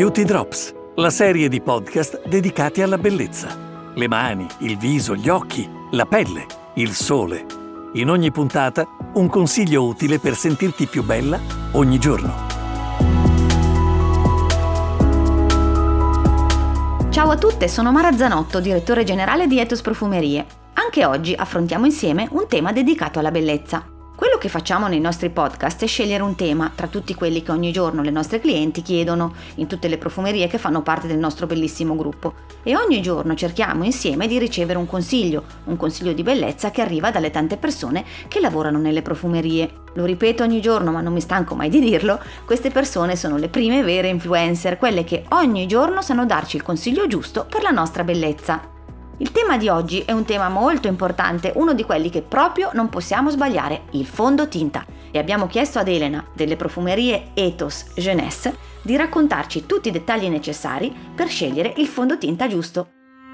Beauty Drops, la serie di podcast dedicati alla bellezza. Le mani, il viso, gli occhi, la pelle, il sole. In ogni puntata un consiglio utile per sentirti più bella ogni giorno. Ciao a tutte, sono Mara Zanotto, direttore generale di Ethos Profumerie. Anche oggi affrontiamo insieme un tema dedicato alla bellezza. Quello che facciamo nei nostri podcast è scegliere un tema tra tutti quelli che ogni giorno le nostre clienti chiedono in tutte le profumerie che fanno parte del nostro bellissimo gruppo, e ogni giorno cerchiamo insieme di ricevere un consiglio di bellezza che arriva dalle tante persone che lavorano nelle profumerie. Lo ripeto ogni giorno, ma non mi stanco mai di dirlo, queste persone sono le prime vere influencer, quelle che ogni giorno sanno darci il consiglio giusto per la nostra bellezza. Il tema di oggi è un tema molto importante, uno di quelli che proprio non possiamo sbagliare, il fondotinta. E abbiamo chiesto ad Elena, delle profumerie Ethos Jeunesse, di raccontarci tutti i dettagli necessari per scegliere il fondotinta giusto.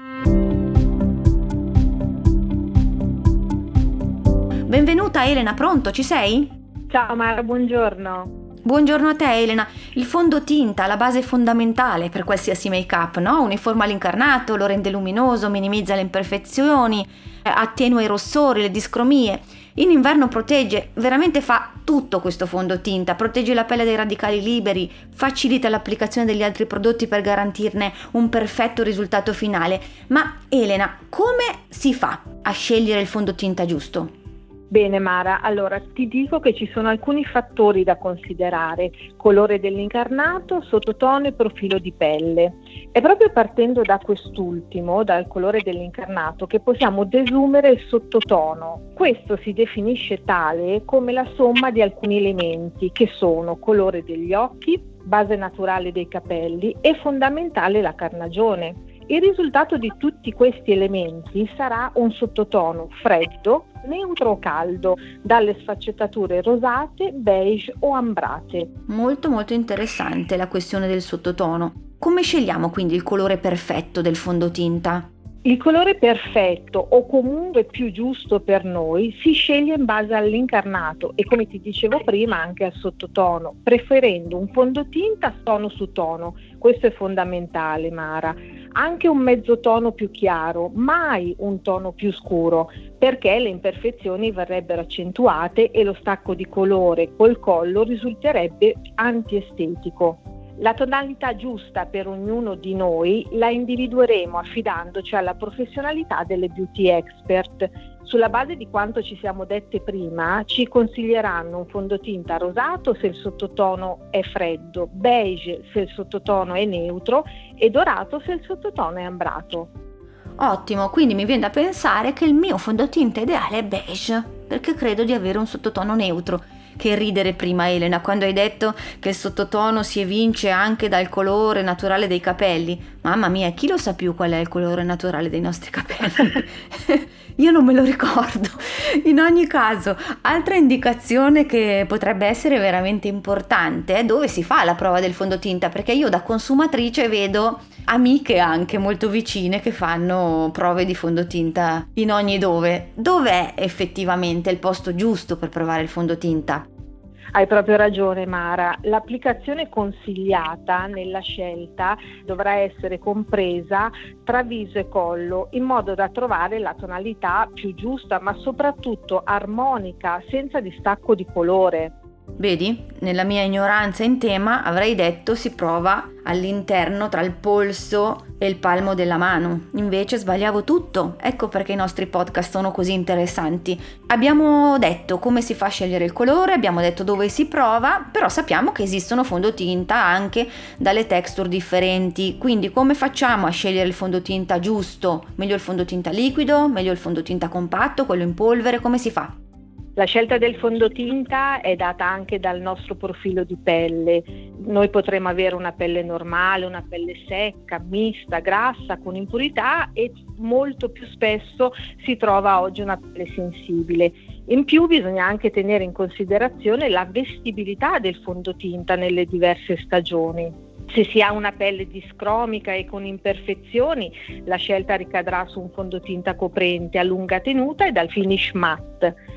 Benvenuta Elena, pronto? Ci sei? Ciao Mara, buongiorno. Buongiorno a te Elena. Il fondotinta, la base fondamentale per qualsiasi make-up, no? Uniforma l'incarnato, lo rende luminoso, minimizza le imperfezioni, attenua i rossori, le discromie. In inverno protegge, veramente fa tutto questo fondotinta, protegge la pelle dai radicali liberi, facilita l'applicazione degli altri prodotti per garantirne un perfetto risultato finale. Ma Elena, come si fa a scegliere il fondotinta giusto? Bene Mara, allora ti dico che ci sono alcuni fattori da considerare: colore dell'incarnato, sottotono e profilo di pelle. È proprio partendo da quest'ultimo, dal colore dell'incarnato, che possiamo desumere il sottotono. Questo si definisce tale come la somma di alcuni elementi che sono colore degli occhi, base naturale dei capelli e fondamentale la carnagione. Il risultato di tutti questi elementi sarà un sottotono freddo, neutro o caldo, dalle sfaccettature rosate, beige o ambrate. Molto interessante la questione del sottotono. Come scegliamo quindi il colore perfetto del fondotinta? Il colore perfetto o comunque più giusto per noi si sceglie in base all'incarnato e, come ti dicevo prima, anche al sottotono, preferendo un fondotinta tono su tono. Questo è fondamentale, Mara. Anche un mezzotono più chiaro, mai un tono più scuro, perché le imperfezioni verrebbero accentuate e lo stacco di colore col collo risulterebbe antiestetico. La tonalità giusta per ognuno di noi la individueremo affidandoci alla professionalità delle beauty expert. Sulla base di quanto ci siamo dette prima, ci consiglieranno un fondotinta rosato se il sottotono è freddo, beige se il sottotono è neutro e dorato se il sottotono è ambrato. Ottimo, quindi mi viene da pensare che il mio fondotinta ideale è beige, perché credo di avere un sottotono neutro. Che ridere prima Elena quando hai detto che il sottotono si evince anche dal colore naturale dei capelli. Mamma mia, chi lo sa più qual è il colore naturale dei nostri capelli? Io non me lo ricordo. In ogni caso, altra indicazione che potrebbe essere veramente importante è dove si fa la prova del fondotinta, perché io da consumatrice vedo amiche anche molto vicine che fanno prove di fondotinta in ogni dove. Dov'è effettivamente il posto giusto per provare il fondotinta? Hai proprio ragione Mara, l'applicazione consigliata nella scelta dovrà essere compresa tra viso e collo in modo da trovare la tonalità più giusta ma soprattutto armonica, senza distacco di colore. Vedi, nella mia ignoranza in tema avrei detto si prova all'interno tra il polso e il palmo della mano, invece sbagliavo tutto. Ecco perché i nostri podcast sono così interessanti. Abbiamo detto come si fa a scegliere il colore, abbiamo detto dove si prova, però sappiamo che esistono fondotinta anche dalle texture differenti, quindi come facciamo a scegliere il fondotinta giusto? Meglio il fondotinta liquido, meglio il fondotinta compatto, quello in polvere, come si fa? La scelta del fondotinta è data anche dal nostro profilo di pelle. Noi potremo avere una pelle normale, una pelle secca, mista, grassa, con impurità e molto più spesso si trova oggi una pelle sensibile. In più bisogna anche tenere in considerazione la vestibilità del fondotinta nelle diverse stagioni. Se si ha una pelle discromica e con imperfezioni, la scelta ricadrà su un fondotinta coprente a lunga tenuta e dal finish matte.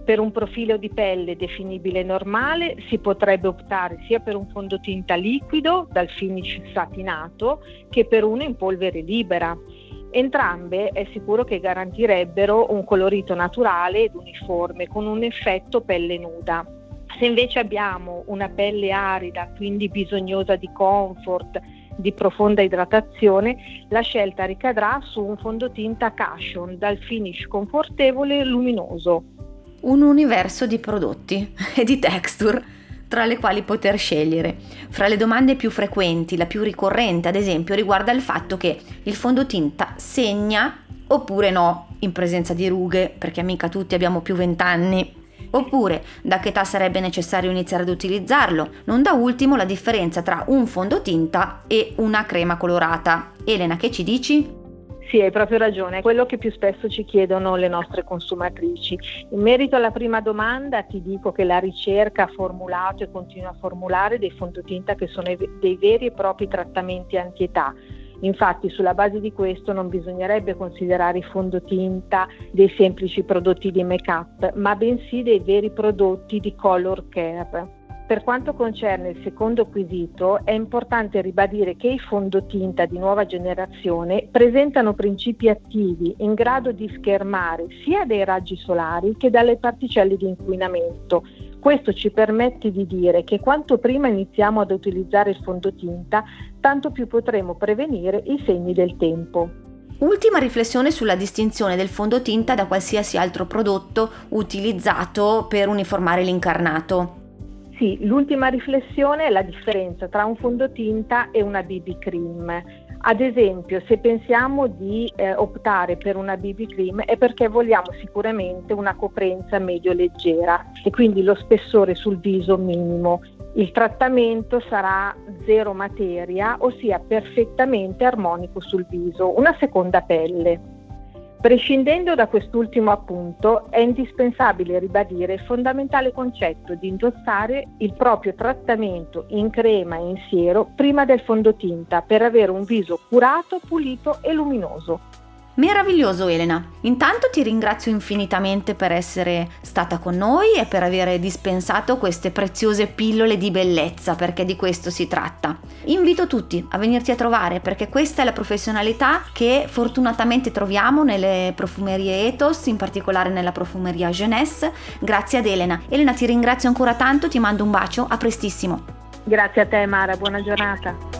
Per un profilo di pelle definibile normale si potrebbe optare sia per un fondotinta liquido dal finish satinato che per uno in polvere libera. Entrambe è sicuro che garantirebbero un colorito naturale ed uniforme con un effetto pelle nuda. Se invece abbiamo una pelle arida, quindi bisognosa di comfort, di profonda idratazione, la scelta ricadrà su un fondotinta cushion dal finish confortevole e luminoso. Un universo di prodotti e di texture tra le quali poter scegliere. Fra le domande più frequenti, la più ricorrente ad esempio riguarda il fatto che il fondotinta segna oppure no in presenza di rughe, perché mica tutti abbiamo più 20 anni, oppure da che età sarebbe necessario iniziare ad utilizzarlo, non da ultimo la differenza tra un fondotinta e una crema colorata. Elena, che ci dici? Sì, hai proprio ragione, è quello che più spesso ci chiedono le nostre consumatrici. In merito alla prima domanda ti dico che la ricerca ha formulato e continua a formulare dei fondotinta che sono dei veri e propri trattamenti antietà. Infatti sulla base di questo non bisognerebbe considerare i fondotinta dei semplici prodotti di make-up, ma bensì dei veri prodotti di color care. Per quanto concerne il secondo quesito, è importante ribadire che i fondotinta di nuova generazione presentano principi attivi in grado di schermare sia dai raggi solari che dalle particelle di inquinamento. Questo ci permette di dire che quanto prima iniziamo ad utilizzare il fondotinta, tanto più potremo prevenire i segni del tempo. Ultima riflessione sulla distinzione del fondotinta da qualsiasi altro prodotto utilizzato per uniformare l'incarnato. Sì, l'ultima riflessione è la differenza tra un fondotinta e una BB cream. Ad esempio, se pensiamo di optare per una BB cream è perché vogliamo sicuramente una coprenza medio-leggera e quindi lo spessore sul viso minimo. Il trattamento sarà zero materia, ossia perfettamente armonico sul viso, una seconda pelle. Prescindendo da quest'ultimo appunto, è indispensabile ribadire il fondamentale concetto di indossare il proprio trattamento in crema e in siero prima del fondotinta per avere un viso curato, pulito e luminoso. Meraviglioso Elena, intanto ti ringrazio infinitamente per essere stata con noi e per aver dispensato queste preziose pillole di bellezza, perché di questo si tratta. Invito tutti a venirti a trovare perché questa è la professionalità che fortunatamente troviamo nelle profumerie Ethos, in particolare nella profumeria Jeunesse, grazie ad Elena. Elena, ti ringrazio ancora tanto, ti mando un bacio, a prestissimo. Grazie a te Mara, buona giornata.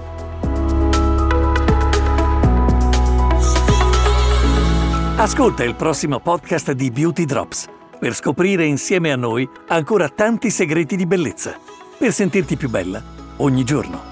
Ascolta il prossimo podcast di Beauty Drops per scoprire insieme a noi ancora tanti segreti di bellezza, per sentirti più bella ogni giorno.